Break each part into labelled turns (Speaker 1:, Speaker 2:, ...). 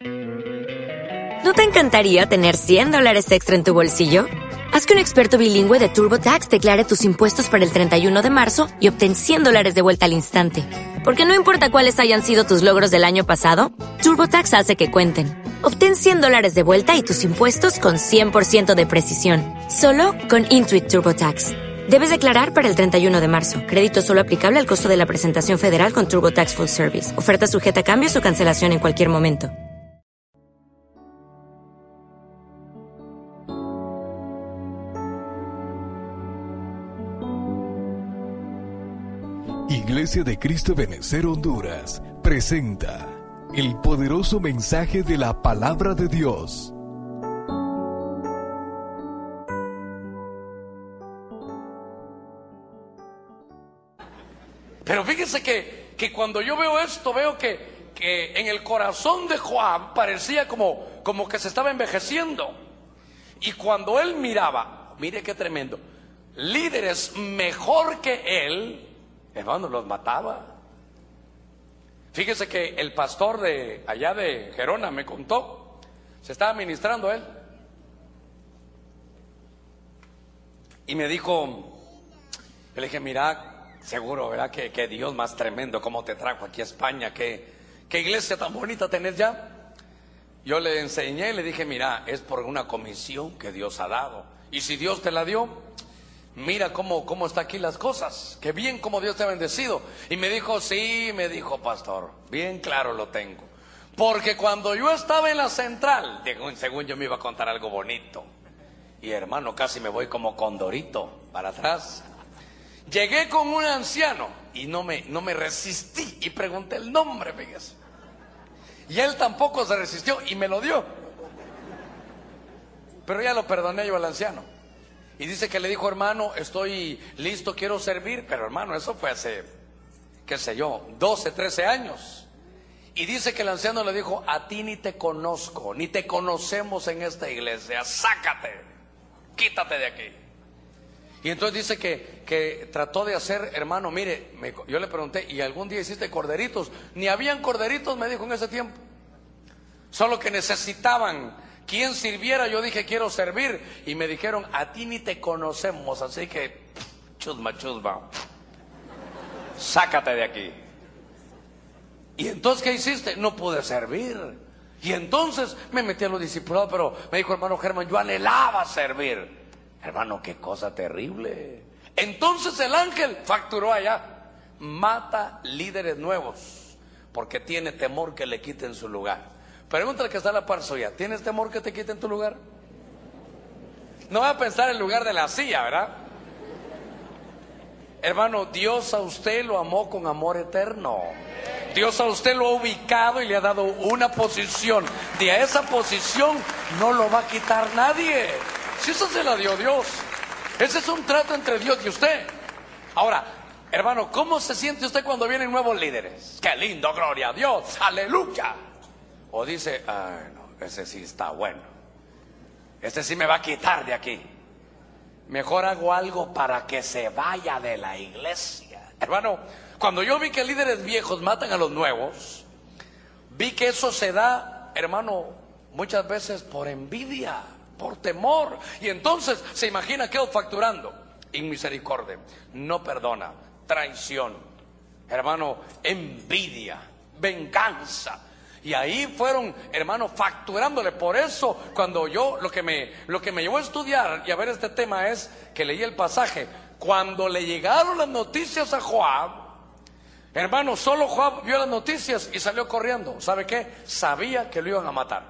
Speaker 1: ¿No te encantaría tener $100 extra en tu bolsillo? Haz que un experto bilingüe de TurboTax declare tus impuestos para el 31 de marzo y obtén $100 de vuelta al instante. Porque no importa cuáles hayan sido tus logros del año pasado, TurboTax hace que cuenten. Obtén $100 de vuelta y tus impuestos con 100% de precisión. Solo con Intuit TurboTax. Debes declarar para el 31 de marzo. Crédito solo aplicable al costo de la presentación federal con TurboTax Full Service. Oferta sujeta a cambios o cancelación en cualquier momento.
Speaker 2: Iglesia de Cristo Ebenecer Honduras presenta el poderoso mensaje de la Palabra de Dios.
Speaker 3: Pero fíjense que cuando yo veo esto, veo que en el corazón de Juan parecía como que se estaba envejeciendo. Y cuando él miraba, mire qué tremendo, líderes mejor que él, hermano, los mataba. Fíjese que el pastor de allá de Gerona me contó, se estaba ministrando él, y me dijo, yo le dije, mira, seguro, ¿verdad? Que Dios más tremendo, cómo te trajo aquí a España, qué iglesia tan bonita tenés ya. Yo le enseñé, le dije, mira, es por una comisión que Dios ha dado, y si Dios te la dio, mira cómo está aquí las cosas, qué bien como Dios te ha bendecido. Y me dijo, sí, me dijo, pastor, bien claro lo tengo, porque cuando yo estaba en la central, según yo me iba a contar algo bonito, y hermano, casi me voy como condorito para atrás. Llegué con un anciano y no me resistí y pregunté el nombre, fíjese, y él tampoco se resistió y me lo dio, pero ya lo perdoné yo al anciano. Y dice que le dijo, hermano, estoy listo, quiero servir. Pero hermano, eso fue hace, qué sé yo, 12, 13 años. Y dice que el anciano le dijo, a ti ni te conozco, ni te conocemos en esta iglesia, sácate, quítate de aquí. Y entonces dice que trató de hacer, hermano, mire, yo le pregunté, ¿y algún día hiciste corderitos? Ni habían corderitos, me dijo en ese tiempo, solo que necesitaban quien sirviera. Yo dije, quiero servir, y me dijeron, a ti ni te conocemos, así que chusma, sácate de aquí. Y entonces, ¿qué hiciste? No pude servir. Y entonces me metí a los discipulados, pero me dijo, hermano Germán, yo anhelaba servir. Hermano, qué cosa terrible. Entonces el ángel facturó allá, mata líderes nuevos porque tiene temor que le quiten su lugar. Pregúntale que está a la par suya, ¿tienes temor que te quiten tu lugar? No va a pensar en el lugar de la silla, ¿verdad? Hermano, Dios a usted lo amó con amor eterno. Dios a usted lo ha ubicado y le ha dado una posición. De esa posición no lo va a quitar nadie. Si eso se la dio Dios, ese es un trato entre Dios y usted. Ahora, hermano, ¿cómo se siente usted cuando vienen nuevos líderes? ¡Qué lindo, gloria a Dios, aleluya! O dice, ay no, ese sí está bueno, este sí me va a quitar de aquí, mejor hago algo para que se vaya de la iglesia. Hermano, cuando yo vi que líderes viejos matan a los nuevos, vi que eso se da, hermano, muchas veces por envidia, por temor. Y entonces se imagina que facturando inmisericordia, no perdona, traición, hermano, envidia, venganza. Y ahí fueron, hermano, facturándole. Por eso cuando yo, lo que me llevó a estudiar y a ver este tema es que leí el pasaje. Cuando le llegaron las noticias a Joab, hermano, solo Joab vio las noticias y salió corriendo. ¿Sabe qué? Sabía que lo iban a matar.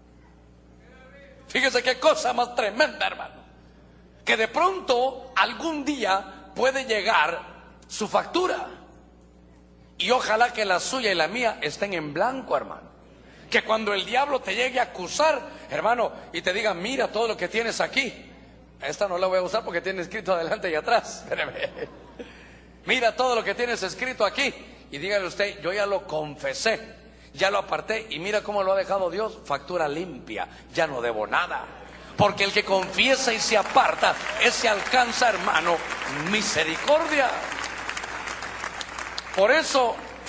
Speaker 3: Fíjese qué cosa más tremenda, hermano, que de pronto algún día puede llegar su factura, y ojalá que la suya y la mía estén en blanco, hermano. Que cuando el diablo te llegue a acusar, hermano, y te diga, mira todo lo que tienes aquí, esta no la voy a usar porque tiene escrito adelante y atrás, mira todo lo que tienes escrito aquí, y dígale usted, yo ya lo confesé, ya lo aparté, y mira cómo lo ha dejado Dios, factura limpia, ya no debo nada. Porque el que confiesa y se aparta, ese alcanza, hermano, misericordia. Por eso,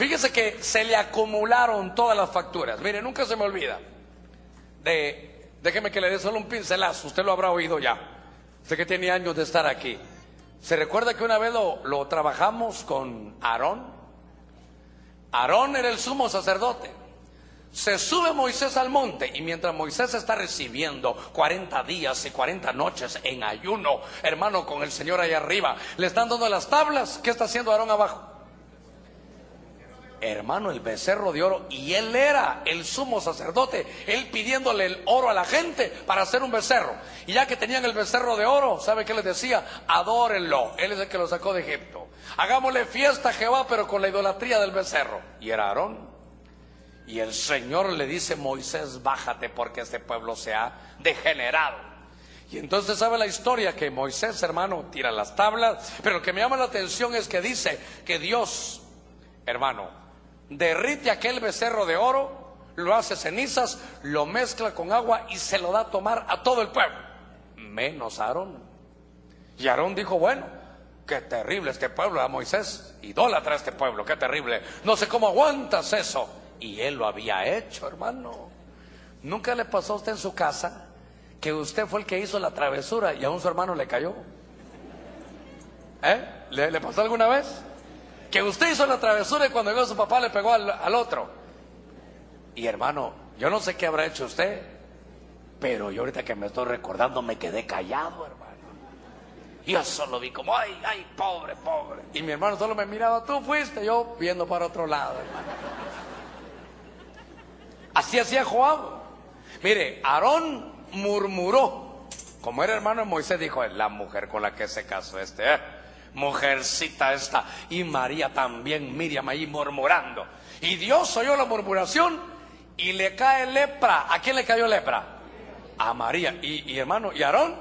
Speaker 3: Fíjese que se le acumularon todas las facturas. Mire, nunca se me olvida déjeme que le dé solo un pincelazo, usted lo habrá oído ya, usted que tiene años de estar aquí. ¿Se recuerda que una vez lo trabajamos con Aarón? Aarón era el sumo sacerdote. Se sube Moisés al monte, y mientras Moisés está recibiendo 40 días y 40 noches en ayuno, hermano, con el Señor ahí arriba, le están dando las tablas. ¿Qué está haciendo Aarón abajo? Hermano, el becerro de oro, y él era el sumo sacerdote, él pidiéndole el oro a la gente para hacer un becerro. Y ya que tenían el becerro de oro, ¿sabe qué les decía? Adórenlo, él es el que lo sacó de Egipto. Hagámosle fiesta a Jehová, pero con la idolatría del becerro. Y era Aarón. Y el Señor le dice: Moisés, bájate, porque este pueblo se ha degenerado. Y entonces sabe la historia que Moisés, hermano, tira las tablas. Pero lo que me llama la atención es que dice que Dios, hermano, derrite aquel becerro de oro, lo hace cenizas, lo mezcla con agua y se lo da a tomar a todo el pueblo, menos a Aarón. Y Aarón dijo: bueno, qué terrible este pueblo, a Moisés, idólatra este pueblo, qué terrible, no sé cómo aguantas eso. Y él lo había hecho, hermano. ¿Nunca le pasó a usted en su casa que usted fue el que hizo la travesura y a su hermano le cayó? ¿Le pasó alguna vez? Que usted hizo la travesura y cuando llegó su papá le pegó al otro. Y hermano, yo no sé qué habrá hecho usted, pero yo ahorita que me estoy recordando me quedé callado, hermano. Yo solo vi como, ay, pobre. Y mi hermano solo me miraba: tú fuiste, yo viendo para otro lado, hermano. Así hacía Joab. Mire, Aarón murmuró. Como era hermano de Moisés, dijo: la mujer con la que se casó mujercita esta. Y María también, Miriam ahí murmurando. Y Dios oyó la murmuración y le cae lepra. ¿A quién le cayó lepra? A María. Y hermano, ¿y Aarón?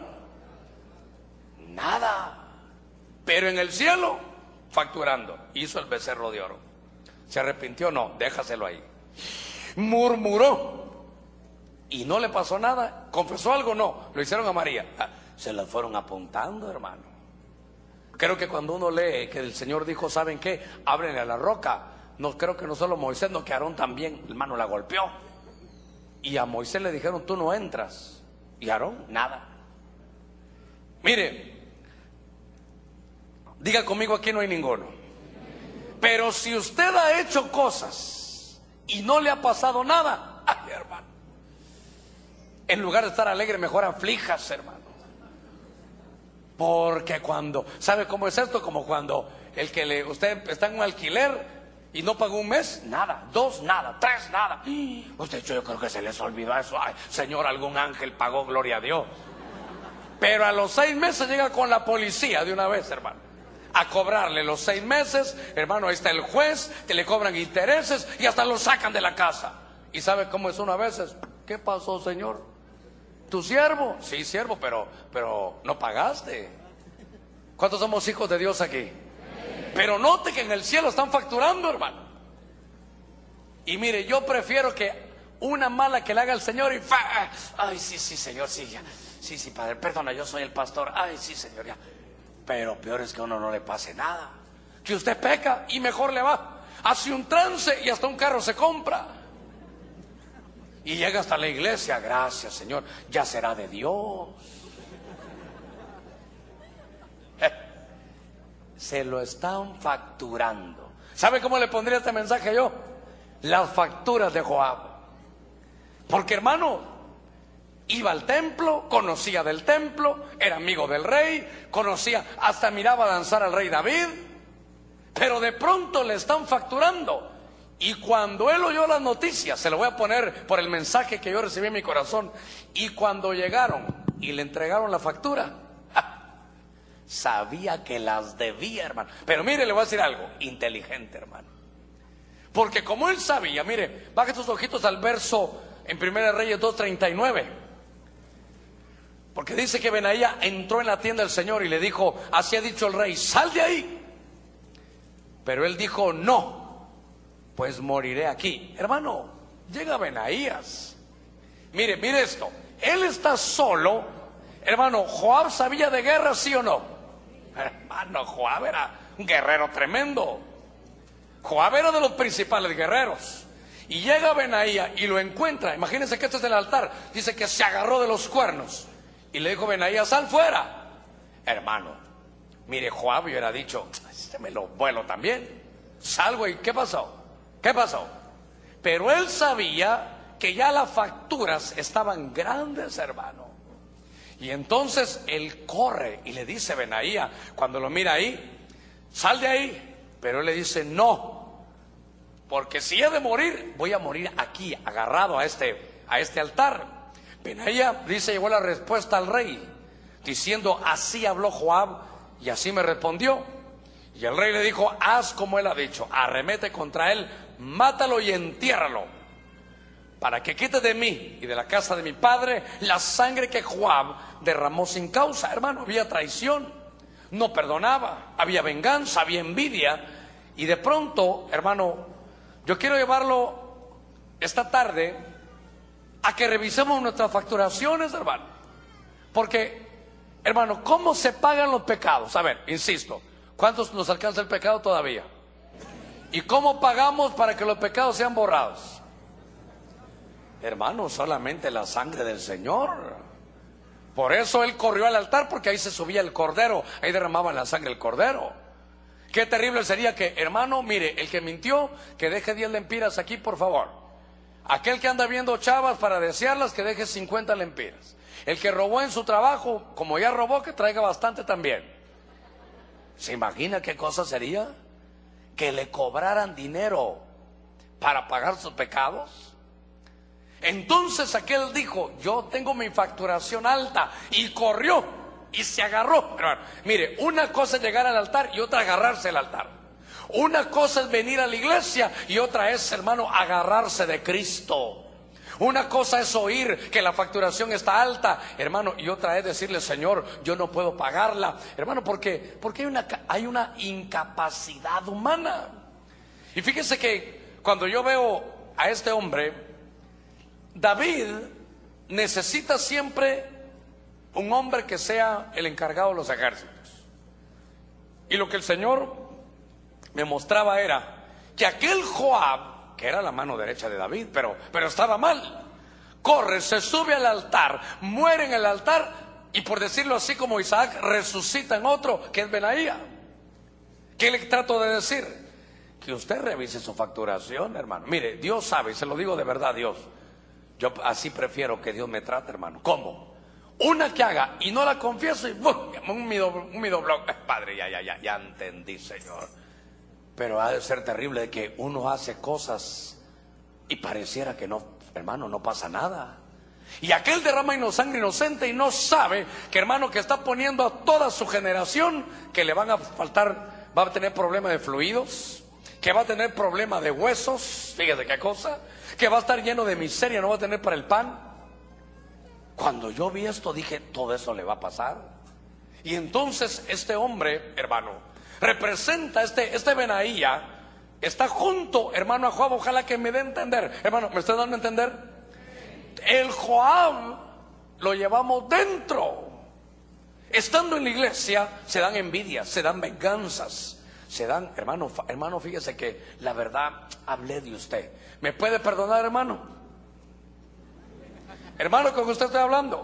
Speaker 3: Nada. Pero en el cielo, facturando, hizo el becerro de oro. ¿Se arrepintió? No, déjaselo ahí. Murmuró y no le pasó nada. ¿Confesó algo? No. Lo hicieron a María. Se la fueron apuntando, hermano. Creo que cuando uno lee que el Señor dijo: ¿saben qué? Ábrenle a la roca. No, creo que no solo Moisés, no, que Aarón también, hermano, la golpeó. Y a Moisés le dijeron: tú no entras. Y Aarón, nada. Mire, diga conmigo: aquí no hay ninguno. Pero si usted ha hecho cosas y no le ha pasado nada, ay, hermano, en lugar de estar alegre, mejor aflíjase, hermano. Porque cuando, ¿sabe cómo es esto? Como cuando usted está en un alquiler y no pagó un mes, nada, 2, nada, 3, nada. Usted, yo creo que se les olvidó eso. Ay, Señor, algún ángel pagó, gloria a Dios. Pero a los 6 meses llega con la policía de una vez, hermano, a cobrarle los 6 meses, hermano. Ahí está el juez, que le cobran intereses y hasta lo sacan de la casa. ¿Y sabe cómo es uno a veces? ¿Qué pasó, señor? ¿Tu siervo? Sí, siervo, pero no pagaste. ¿Cuántos somos hijos de Dios aquí? Pero note que en el cielo están facturando, hermano. Y mire, yo prefiero que una mala que le haga el Señor y ay, sí, Señor, sí, ya. Sí, Padre, perdona, yo soy el pastor. Ay, sí, Señor, ya. Pero peor es que a uno no le pase nada. Que usted peca y mejor le va. Hace un trance y hasta un carro se compra. Y llega hasta la iglesia. Gracias, Señor, ya será de Dios. Se lo están facturando. ¿Sabe cómo le pondría este mensaje yo? Las facturas de Joab. Porque, hermano, iba al templo, conocía del templo, era amigo del rey, conocía, hasta miraba danzar al rey David. Pero de pronto le están facturando. Y cuando él oyó las noticias, se lo voy a poner por el mensaje que yo recibí en mi corazón. Y cuando llegaron y le entregaron la factura, sabía que las debía, hermano. Pero mire, le voy a decir algo, inteligente, hermano. Porque como él sabía, mire, baje tus ojitos al verso en 1 Reyes 2:39. Porque dice que Benaía entró en la tienda del Señor y le dijo: así ha dicho el rey, sal de ahí. Pero él dijo: no, pues moriré aquí. Hermano, llega Benaías. Mire esto. Él está solo. Hermano, ¿Joab sabía de guerra, sí o no? Hermano, Joab era un guerrero tremendo. Joab era de los principales guerreros. Y llega Benaía y lo encuentra. Imagínense que este es el altar. Dice que se agarró de los cuernos. Y le dijo Benaía: sal fuera. Hermano, mire, Joab hubiera dicho: este me lo vuelo también. Salgo. ¿Y qué pasó? ¿Qué pasó? Pero él sabía que ya las facturas estaban grandes, hermano. Y entonces él corre y le dice a Benaía, cuando lo mira ahí: sal de ahí. Pero él le dice: no, porque si he de morir, voy a morir aquí, agarrado a este altar. Benaía dice, llegó la respuesta al rey, diciendo: así habló Joab y así me respondió. Y el rey le dijo: haz como él ha dicho, arremete contra él, mátalo y entiérralo, para que quite de mí y de la casa de mi padre la sangre que Joab derramó sin causa. Hermano, había traición, no perdonaba, había venganza, había envidia. Y de pronto, hermano, yo quiero llevarlo esta tarde a que revisemos nuestras facturaciones, hermano. Porque, hermano, ¿cómo se pagan los pecados? A ver, insisto, ¿cuántos nos alcanza el pecado todavía? ¿Y cómo pagamos para que los pecados sean borrados? Hermano, solamente la sangre del Señor. Por eso él corrió al altar, porque ahí se subía el cordero, ahí derramaban la sangre del cordero. Qué terrible sería que, hermano, mire, el que mintió, que deje 10 lempiras aquí, por favor. Aquel que anda viendo chavas para desearlas, que deje 50 lempiras. El que robó en su trabajo, como ya robó, que traiga bastante también. ¿Se imagina qué cosa sería? Que le cobraran dinero para pagar sus pecados. Entonces aquel dijo: yo tengo mi facturación alta, y corrió y se agarró. Hermano, mire, una cosa es llegar al altar y otra agarrarse al altar. Una cosa es venir a la iglesia y otra es, hermano, agarrarse de Cristo. Una cosa es oír que la facturación está alta, hermano, y otra es decirle: Señor, yo no puedo pagarla, hermano, porque hay una incapacidad humana. Y fíjese que cuando yo veo a este hombre, David necesita siempre un hombre que sea el encargado de los ejércitos. Y lo que el Señor me mostraba era que aquel Joab, que era la mano derecha de David, pero estaba mal, corre, se sube al altar, muere en el altar, y por decirlo así como Isaac, resucita en otro, que es Benaía. ¿Qué le trato de decir? Que usted revise su facturación, hermano. Mire, Dios sabe, y se lo digo de verdad, Dios. Yo así prefiero que Dios me trate, hermano. ¿Cómo? Una que haga y no la confieso y ¡bum! un midoblog. Padre, ya entendí, Señor. Pero ha de ser terrible de que uno hace cosas y pareciera que no, hermano, no pasa nada. Y aquel derrama sangre inocente y no sabe que, hermano, que está poniendo a toda su generación que le van a faltar, va a tener problemas de fluidos, que va a tener problemas de huesos, fíjese qué cosa, que va a estar lleno de miseria, no va a tener para el pan. Cuando yo vi esto dije: todo eso le va a pasar. Y entonces este hombre, hermano, representa este Benaía, está junto, hermano, a Joab. Ojalá que me dé a entender, hermano, ¿me estoy dando a entender? El Joab lo llevamos dentro. Estando en la iglesia se dan envidias, se dan venganzas, se dan, hermano, fíjese que la verdad hablé de usted. ¿Me puede perdonar, hermano? Hermano, con usted estoy hablando.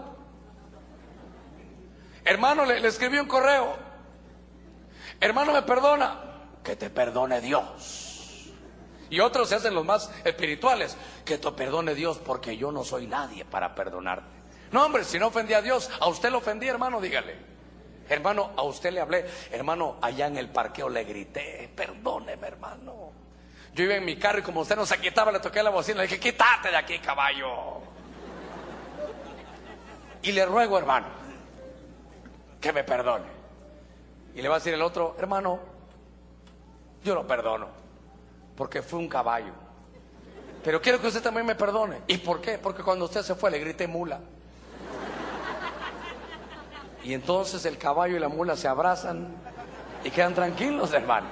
Speaker 3: Hermano, le escribí un correo. Hermano, ¿me perdona? Que te perdone Dios. Y otros se hacen los más espirituales: que te perdone Dios, porque yo no soy nadie para perdonarte. No, hombre, si no ofendí a Dios, a usted lo ofendí, hermano, dígale. Hermano, a usted le hablé. Hermano, allá en el parqueo le grité: perdóneme, hermano. Yo iba en mi carro y como usted no se quitaba, le toqué la bocina, le dije: quítate de aquí, caballo. Y le ruego, hermano, que me perdone. Y le va a decir el otro: hermano, yo lo perdono, porque fue un caballo, pero quiero que usted también me perdone. ¿Y por qué? Porque cuando usted se fue le grité mula. Y entonces el caballo y la mula se abrazan y quedan tranquilos, hermano.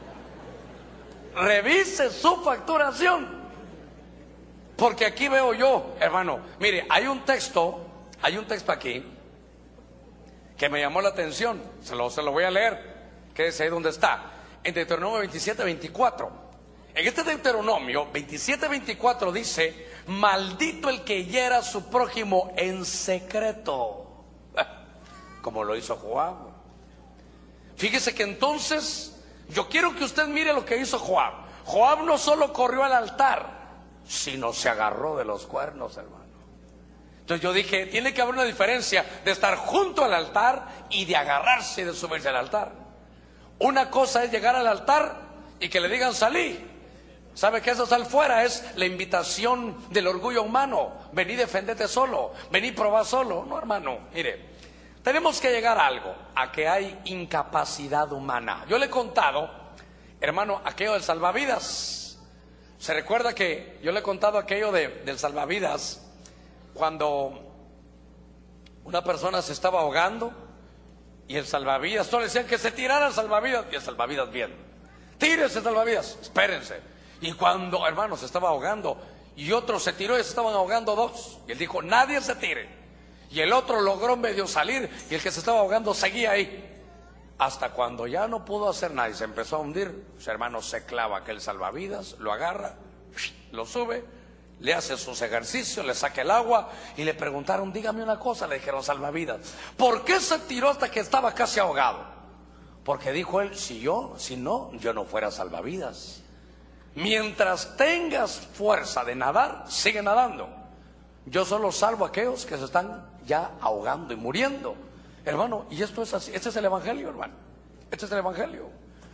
Speaker 3: Revise su facturación, porque aquí veo yo, hermano, mire, hay un texto aquí que me llamó la atención. Se lo voy a leer. Quédese ahí donde está. En Deuteronomio 27:24. En este Deuteronomio 27:24 dice: maldito el que hiera a su prójimo en secreto, como lo hizo Joab. Fíjese que entonces yo quiero que usted mire lo que hizo Joab. Joab no solo corrió al altar, sino se agarró de los cuernos, hermano. Entonces yo dije, tiene que haber una diferencia de estar junto al altar y de agarrarse y de subirse al altar. Una cosa es llegar al altar y que le digan salí. ¿Sabe que eso sal fuera? Es la invitación del orgullo humano. Vení, defendete solo, vení, probá solo. No, hermano, mire, tenemos que llegar a algo, a que hay incapacidad humana. Yo le he contado, hermano, aquello del salvavidas. ¿Se recuerda que yo le he contado aquello del salvavidas? Cuando una persona se estaba ahogando y el salvavidas, todos le decían que se tirara el salvavidas, y el salvavidas bien, tírese el salvavidas, espérense. Y cuando, hermano, se estaba ahogando y otro se tiró y se estaban ahogando dos, y él dijo, nadie se tire. Y el otro logró medio salir y el que se estaba ahogando seguía ahí. Hasta cuando ya no pudo hacer nada y se empezó a hundir, su hermano se clava aquel salvavidas, lo agarra, lo sube, le hace sus ejercicios, le saca el agua y le preguntaron, dígame una cosa, le dijeron salvavidas, ¿por qué se tiró hasta que estaba casi ahogado? Porque dijo él, si no, yo no fuera salvavidas. Mientras tengas fuerza de nadar, sigue nadando. Yo solo salvo a aquellos que se están ya ahogando y muriendo, hermano. Y esto es así, este es el evangelio, hermano. Este es el evangelio.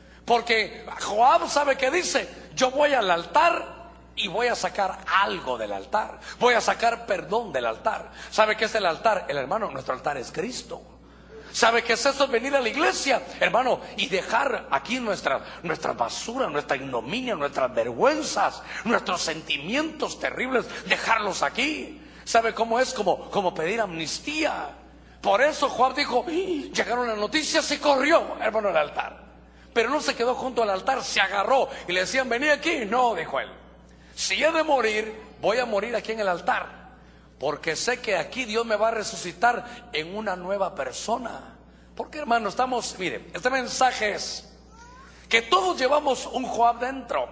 Speaker 3: Porque Joab sabe que dice, yo voy al altar y voy a sacar algo del altar, voy a sacar perdón del altar. ¿Sabe qué es el altar? El hermano, nuestro altar es Cristo. ¿Sabe qué es eso? Venir a la iglesia, hermano, y dejar aquí nuestra basura, nuestra ignominia, nuestras vergüenzas, nuestros sentimientos terribles, dejarlos aquí. ¿Sabe cómo es? Como pedir amnistía. Por eso Joab dijo, llegaron las noticias y corrió, hermano, al altar. Pero no se quedó junto al altar, se agarró y le decían, vení aquí. No, dijo él, si he de morir, voy a morir aquí en el altar, porque sé que aquí Dios me va a resucitar en una nueva persona. Porque, hermano, mire, este mensaje es que todos llevamos un Joab dentro.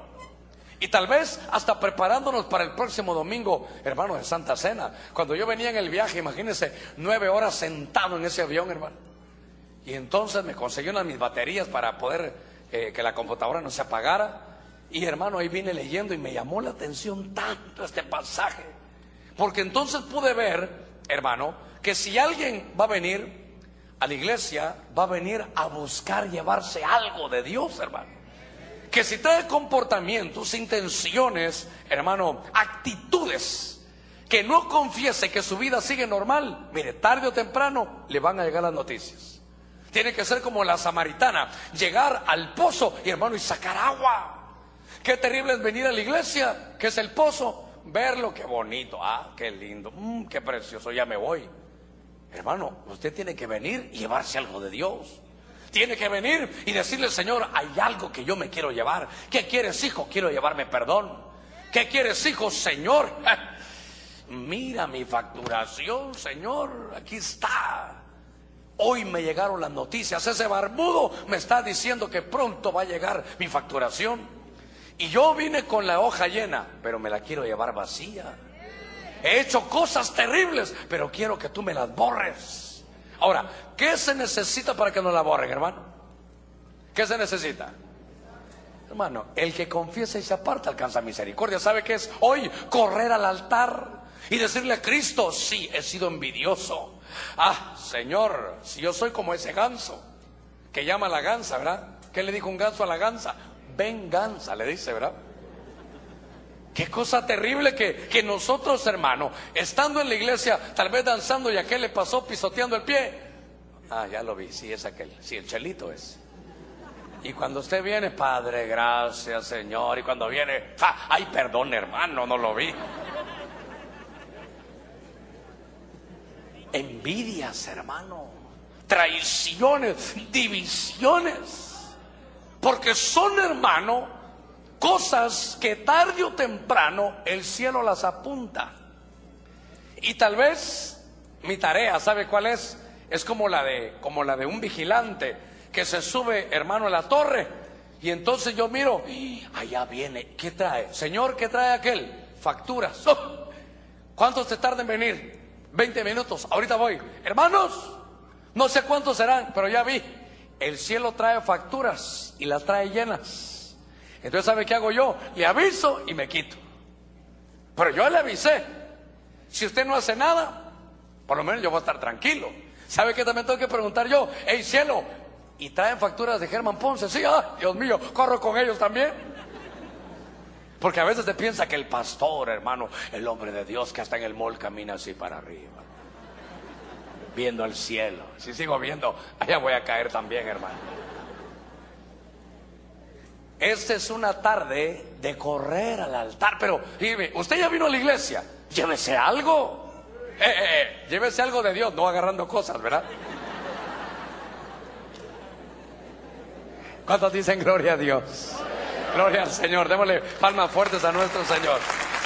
Speaker 3: Y tal vez hasta preparándonos para el próximo domingo, hermano, de Santa Cena. Cuando yo venía en el viaje, imagínense, 9 horas sentado en ese avión, hermano. Y entonces me conseguí una de mis baterías para poder que la computadora no se apagara. Y, hermano, ahí vine leyendo y me llamó la atención tanto este pasaje. Porque entonces pude ver, hermano, que si alguien va a venir a la iglesia, va a venir a buscar llevarse algo de Dios, hermano. Que si trae comportamientos, intenciones, hermano, actitudes, que no confiese que su vida sigue normal, mire, tarde o temprano le van a llegar las noticias. Tiene que ser como la samaritana, llegar al pozo, y hermano, y sacar agua. Qué terrible es venir a la iglesia, que es el pozo, verlo, qué bonito, qué lindo, qué precioso, ya me voy. Hermano, usted tiene que venir y llevarse algo de Dios. Tiene que venir y decirle, Señor, hay algo que yo me quiero llevar. ¿Qué quieres, hijo? Quiero llevarme perdón. ¿Qué quieres, hijo? Señor, mira mi facturación, Señor, aquí está. Hoy me llegaron las noticias, ese barbudo me está diciendo que pronto va a llegar mi facturación. Y yo vine con la hoja llena, pero me la quiero llevar vacía. He hecho cosas terribles, pero quiero que tú me las borres. Ahora, ¿qué se necesita para que nos la borren, hermano? ¿Qué se necesita? Hermano, el que confiesa y se aparta alcanza misericordia. ¿Sabe qué es hoy? Correr al altar y decirle a Cristo, sí, he sido envidioso. Señor, si yo soy como ese ganso que llama a la gansa, ¿verdad? ¿Qué le dijo un ganso a la gansa? Venganza, le dice, ¿verdad? Qué cosa terrible que nosotros, hermano, estando en la iglesia, tal vez danzando, y a qué le pasó pisoteando el pie. Ya lo vi, sí, es aquel, sí, el Chelito es. Y cuando usted viene, Padre, gracias, Señor. Y cuando viene, ay, perdón, hermano, no lo vi. Envidias, hermano, traiciones, divisiones. Porque son, hermano, cosas que tarde o temprano el cielo las apunta. Y tal vez mi tarea, ¿sabe cuál es? Es como la de un vigilante que se sube, hermano, a la torre. Y entonces yo miro, allá viene, ¿qué trae? Señor, ¿qué trae aquel? Facturas. ¡Oh! ¿Cuántos te tardan en venir? 20 minutos, ahorita voy. Hermanos, no sé cuántos serán, pero ya vi. El cielo trae facturas y las trae llenas. Entonces, ¿sabe qué hago yo? Le aviso y me quito. Pero yo le avisé. Si usted no hace nada, por lo menos yo voy a estar tranquilo. ¿Sabe qué también tengo que preguntar yo? Hey, cielo, ¿y traen facturas de Germán Ponce? Sí, Dios mío, corro con ellos también. Porque a veces se piensa que el pastor, hermano, el hombre de Dios que está en el mall camina así para arriba, viendo al cielo. Si sigo viendo, allá voy a caer también, hermano. Esta es una tarde de correr al altar. Pero dime, usted ya vino a la iglesia, llévese algo. Llévese algo de Dios, no agarrando cosas, ¿verdad? ¿Cuántos dicen gloria a Dios? Gloria al Señor. Démosle palmas fuertes a nuestro Señor.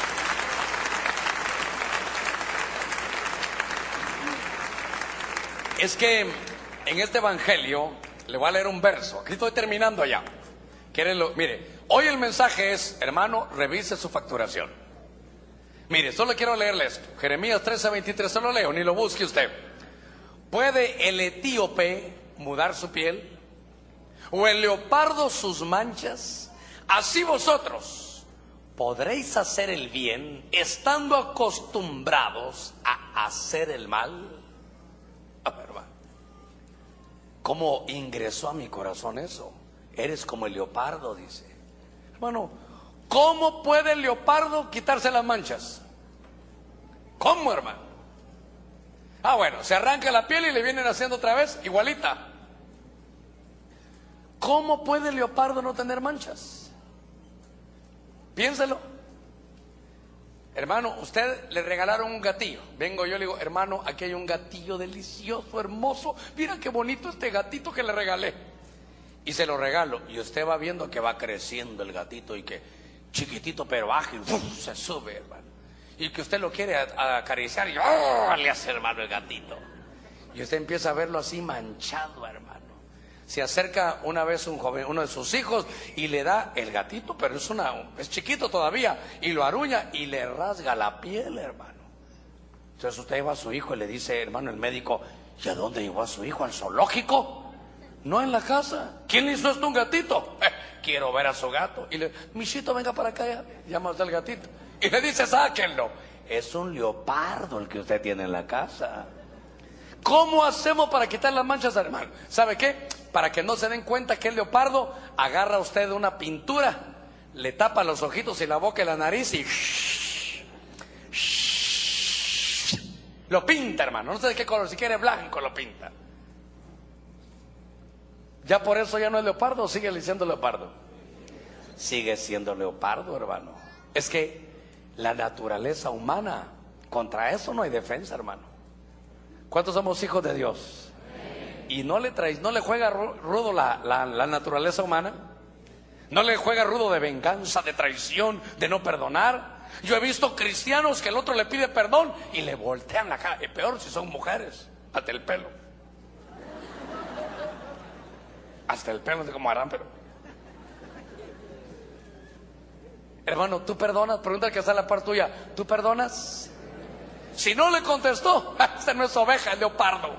Speaker 3: Es que en este evangelio le voy a leer un verso. Aquí estoy terminando ya. Mire, hoy el mensaje es: hermano, revise su facturación. Mire, solo quiero leerle esto. Jeremías 13:23, se lo leo, ni lo busque usted. ¿Puede el etíope mudar su piel? ¿O el leopardo sus manchas? Así vosotros podréis hacer el bien estando acostumbrados a hacer el mal. A ver, va. ¿Cómo ingresó a mi corazón eso? Eres como el leopardo, dice. Hermano, ¿cómo puede el leopardo quitarse las manchas? ¿Cómo, hermano? Bueno, se arranca la piel y le vienen haciendo otra vez igualita. ¿Cómo puede el leopardo no tener manchas? Piénselo. Hermano, usted le regalaron un gatillo. Vengo yo y le digo: hermano, aquí hay un gatillo delicioso, hermoso. Mira qué bonito este gatito que le regalé. Y se lo regalo. Y usted va viendo que va creciendo el gatito y que chiquitito pero ágil, se sube, hermano. Y que usted lo quiere acariciar y le hace, hermano, el gatito. Y usted empieza a verlo así manchado, hermano. Se acerca una vez un joven, uno de sus hijos, y le da el gatito, pero es chiquito todavía, y lo aruña y le rasga la piel, hermano. Entonces usted lleva a su hijo y le dice: hermano, el médico: ¿y a dónde llevó a su hijo? ¿Al zoológico? No, en la casa. ¿Quién le hizo esto? Un gatito. Quiero ver a su gato. Y le: Michito, venga para acá ya. Llama usted al gatito y le dice: sáquenlo. Es un leopardo el que usted tiene en la casa. ¿Cómo hacemos para quitar las manchas, hermano? ¿Sabe qué? Para que no se den cuenta que el leopardo, agarra usted una pintura, le tapa los ojitos y la boca y la nariz y lo pinta, hermano. No sé de qué color, si quiere blanco lo pinta. Ya por eso ya no es leopardo, o sigue siendo leopardo. Sigue siendo leopardo, hermano. Es que la naturaleza humana, contra eso no hay defensa, hermano. ¿Cuántos somos hijos de Dios? Y no le juega rudo la naturaleza humana. No le juega rudo de venganza, de traición, de no perdonar. Yo he visto cristianos que el otro le pide perdón y le voltean la cara. Y peor si son mujeres, hasta el pelo. Hasta el pelo, no sé cómo harán, pero... Hermano, ¿tú perdonas? Pregunta al que está en la parte tuya: ¿tú perdonas? Si no le contestó, este no es oveja, es leopardo.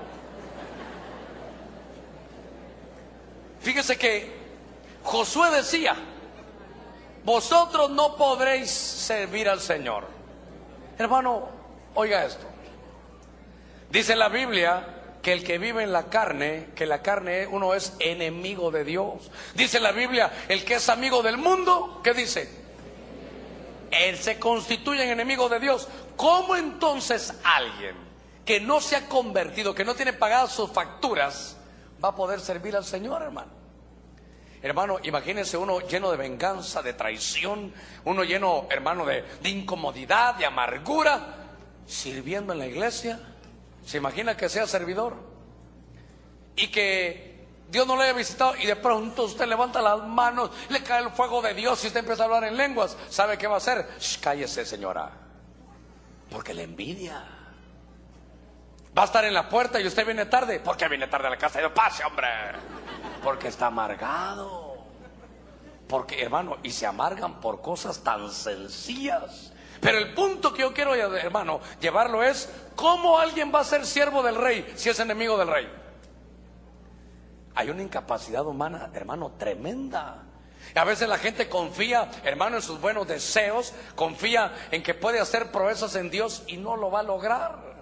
Speaker 3: Fíjese que Josué decía: vosotros no podréis servir al Señor. Hermano, oiga esto. Dice la Biblia que el que vive en la carne, que la carne uno es enemigo de Dios. Dice la Biblia: el que es amigo del mundo, ¿qué dice? Él se constituye en enemigo de Dios. ¿Cómo entonces alguien que no se ha convertido, que no tiene pagadas sus facturas, va a poder servir al Señor, hermano? Hermano, imagínense uno lleno de venganza, de traición, uno lleno, hermano, de incomodidad, de amargura, sirviendo en la iglesia. ¿Se imagina que sea servidor? Y que Dios no le haya visitado y de pronto usted levanta las manos, le cae el fuego de Dios y usted empieza a hablar en lenguas. ¿Sabe qué va a hacer? Cállese, señora, porque le envidia. Va a estar en la puerta y usted viene tarde. ¿Por qué viene tarde a la casa? Y yo: pase, hombre. Porque está amargado. Porque, hermano, y se amargan por cosas tan sencillas. Pero el punto que yo quiero, hermano, llevarlo es: ¿cómo alguien va a ser siervo del rey si es enemigo del rey? Hay una incapacidad humana, hermano, tremenda. A veces la gente confía, hermano, en sus buenos deseos, confía en que puede hacer proezas en Dios y no lo va a lograr.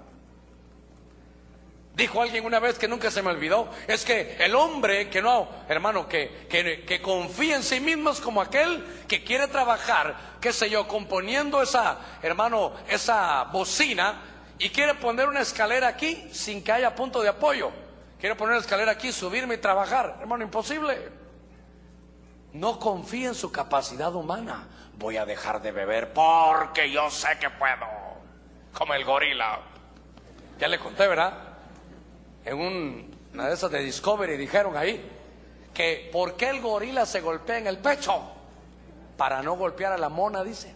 Speaker 3: Dijo alguien una vez que nunca se me olvidó: es que el hombre que no, hermano, que confía en sí mismo es como aquel que quiere trabajar, qué sé yo, componiendo esa, hermano, esa bocina, y quiere poner una escalera aquí sin que haya punto de apoyo. Quiere poner una escalera aquí, subirme y trabajar. Hermano, imposible. No confía en su capacidad humana. Voy a dejar de beber porque yo sé que puedo. Como el gorila. Ya le conté, ¿verdad? En una de esas de Discovery dijeron ahí que ¿por qué el gorila se golpea en el pecho? Para no golpear a la mona, dice.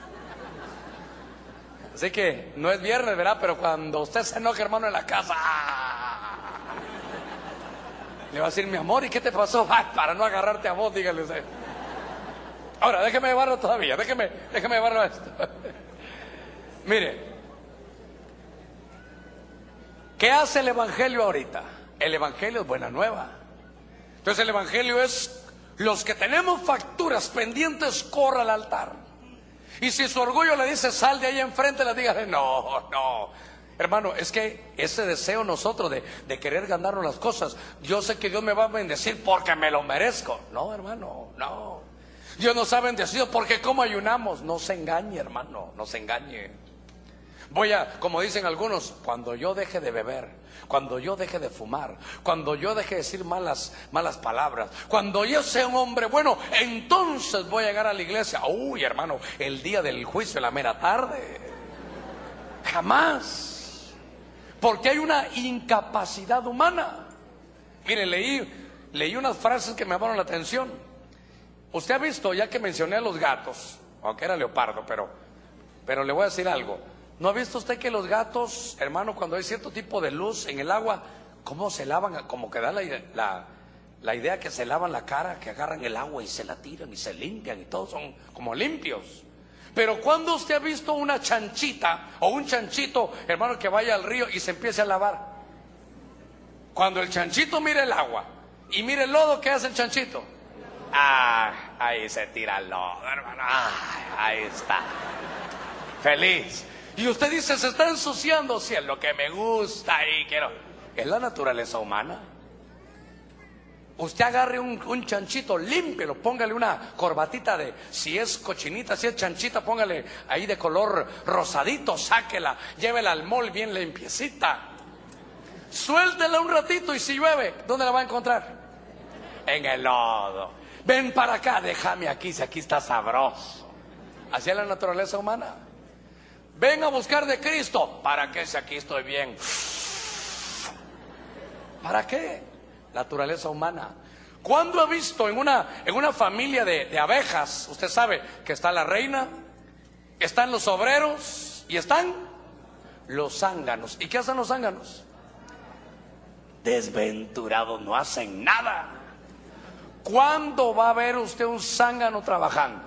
Speaker 3: Así que no es viernes, ¿verdad? Pero cuando usted se enoja, hermano, en la casa, le va a decir: mi amor, ¿y qué te pasó? Ay, para no agarrarte a vos, dígale usted. Ahora, déjeme llevarlo todavía, déjeme llevarlo a esto. Mire, ¿qué hace el evangelio ahorita? El evangelio es buena nueva. Entonces el evangelio es: los que tenemos facturas pendientes, corra al altar. Y si su orgullo le dice: sal de ahí enfrente, le diga: no. Hermano, es que ese deseo nosotros de querer ganarnos las cosas, yo sé que Dios me va a bendecir porque me lo merezco. No, hermano, no. Dios nos ha bendecido porque como ayunamos. No se engañe, hermano, no se engañe. Como dicen algunos, cuando yo deje de beber, cuando yo deje de fumar, cuando yo deje de decir malas palabras, cuando yo sea un hombre bueno, entonces voy a llegar a la iglesia. Uy, hermano, el día del juicio, la mera tarde. Jamás. Porque hay una incapacidad humana. Mire, leí unas frases que me llamaron la atención. Usted ha visto, ya que mencioné a los gatos, aunque era leopardo, pero le voy a decir algo. ¿No ha visto usted que los gatos, hermano, cuando hay cierto tipo de luz en el agua, cómo se lavan? Como que da la idea que se lavan la cara, que agarran el agua y se la tiran y se limpian y todos son como limpios. Pero cuando usted ha visto una chanchita o un chanchito, hermano, que vaya al río y se empiece a lavar, cuando el chanchito mire el agua y mire el lodo, ¿qué hace el chanchito? Ahí se tira el lodo, hermano. Ahí está, feliz. Y usted dice: se está ensuciando. Si es lo que me gusta y quiero. Es la naturaleza humana. Usted agarre un chanchito, límpielo, póngale una corbatita si es cochinita, si es chanchita, póngale ahí de color rosadito, sáquela, llévela al mall bien limpiecita, suéltela un ratito, y si llueve, ¿dónde la va a encontrar? En el lodo. Ven para acá, déjame aquí, si aquí está sabroso. Así es la naturaleza humana. Ven a buscar de Cristo. ¿Para qué si aquí estoy bien? ¿Para qué? Naturaleza humana. ¿Cuándo ha visto en una familia de abejas? Usted sabe que está la reina, están los obreros y están los zánganos. ¿Y qué hacen los zánganos? Desventurados, no hacen nada. ¿Cuándo va a ver usted un zángano trabajando?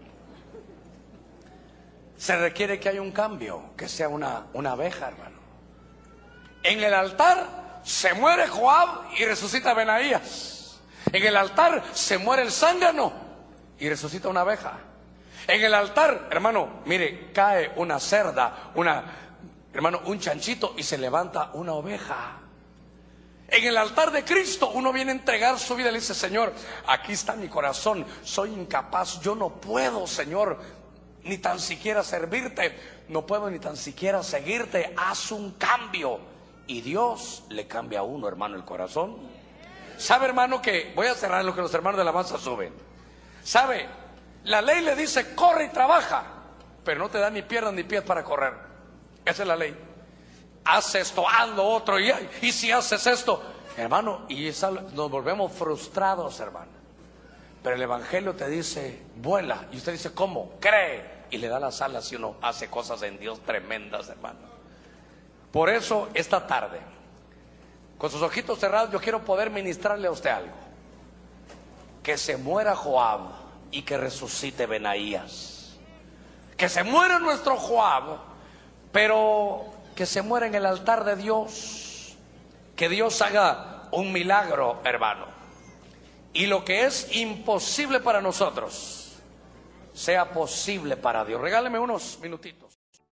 Speaker 3: Se requiere que haya un cambio, que sea una abeja, hermano. En el altar se muere Joab y resucita Benaías. En el altar se muere el zángano y resucita una abeja. En el altar, hermano, mire, cae una cerda, un chanchito, y se levanta una oveja. En el altar de Cristo uno viene a entregar su vida y le dice: Señor, aquí está mi corazón, soy incapaz, yo no puedo, Señor, ni tan siquiera servirte, no puedo ni tan siquiera seguirte, haz un cambio. Y Dios le cambia a uno, hermano, el corazón. ¿Sabe, hermano, que voy a cerrar lo que los hermanos de la alabanza suben? ¿Sabe? La ley le dice: corre y trabaja, pero no te da ni piernas ni pies para correr. Esa es la ley. Haz esto, haz lo otro, y si haces esto, hermano, y nos volvemos frustrados, hermano. Pero el evangelio te dice: vuela. Y usted dice: ¿cómo? Cree. Y le da las alas y uno hace cosas en Dios tremendas, hermano. Por eso esta tarde, con sus ojitos cerrados, yo quiero poder ministrarle a usted algo. Que se muera Joab y que resucite Benaías. Que se muera nuestro Joab, pero que se muera en el altar de Dios. Que Dios haga un milagro, hermano. Y lo que es imposible para nosotros, sea posible para Dios. Regáleme unos minutitos.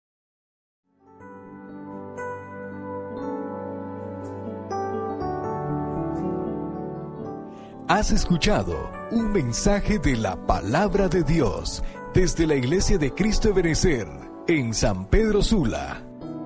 Speaker 2: Has escuchado un mensaje de la Palabra de Dios desde la Iglesia de Cristo Ebenecer en San Pedro Sula.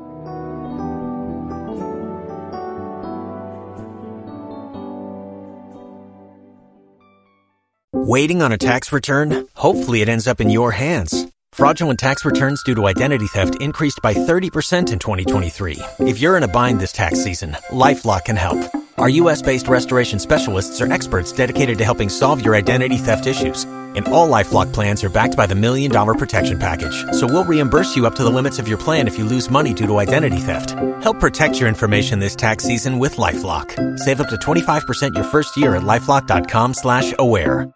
Speaker 4: Waiting on a tax return? Hopefully it ends up in your hands. Fraudulent tax returns due to identity theft increased by 30% in 2023. If you're in a bind this tax season, LifeLock can help. Our U.S.-based restoration specialists are experts dedicated to helping solve your identity theft issues. And all LifeLock plans are backed by the $1 Million Protection Package. So we'll reimburse you up to the limits of your plan if you lose money due to identity theft. Help protect your information this tax season with LifeLock. Save up to 25% your first year at LifeLock.com/aware.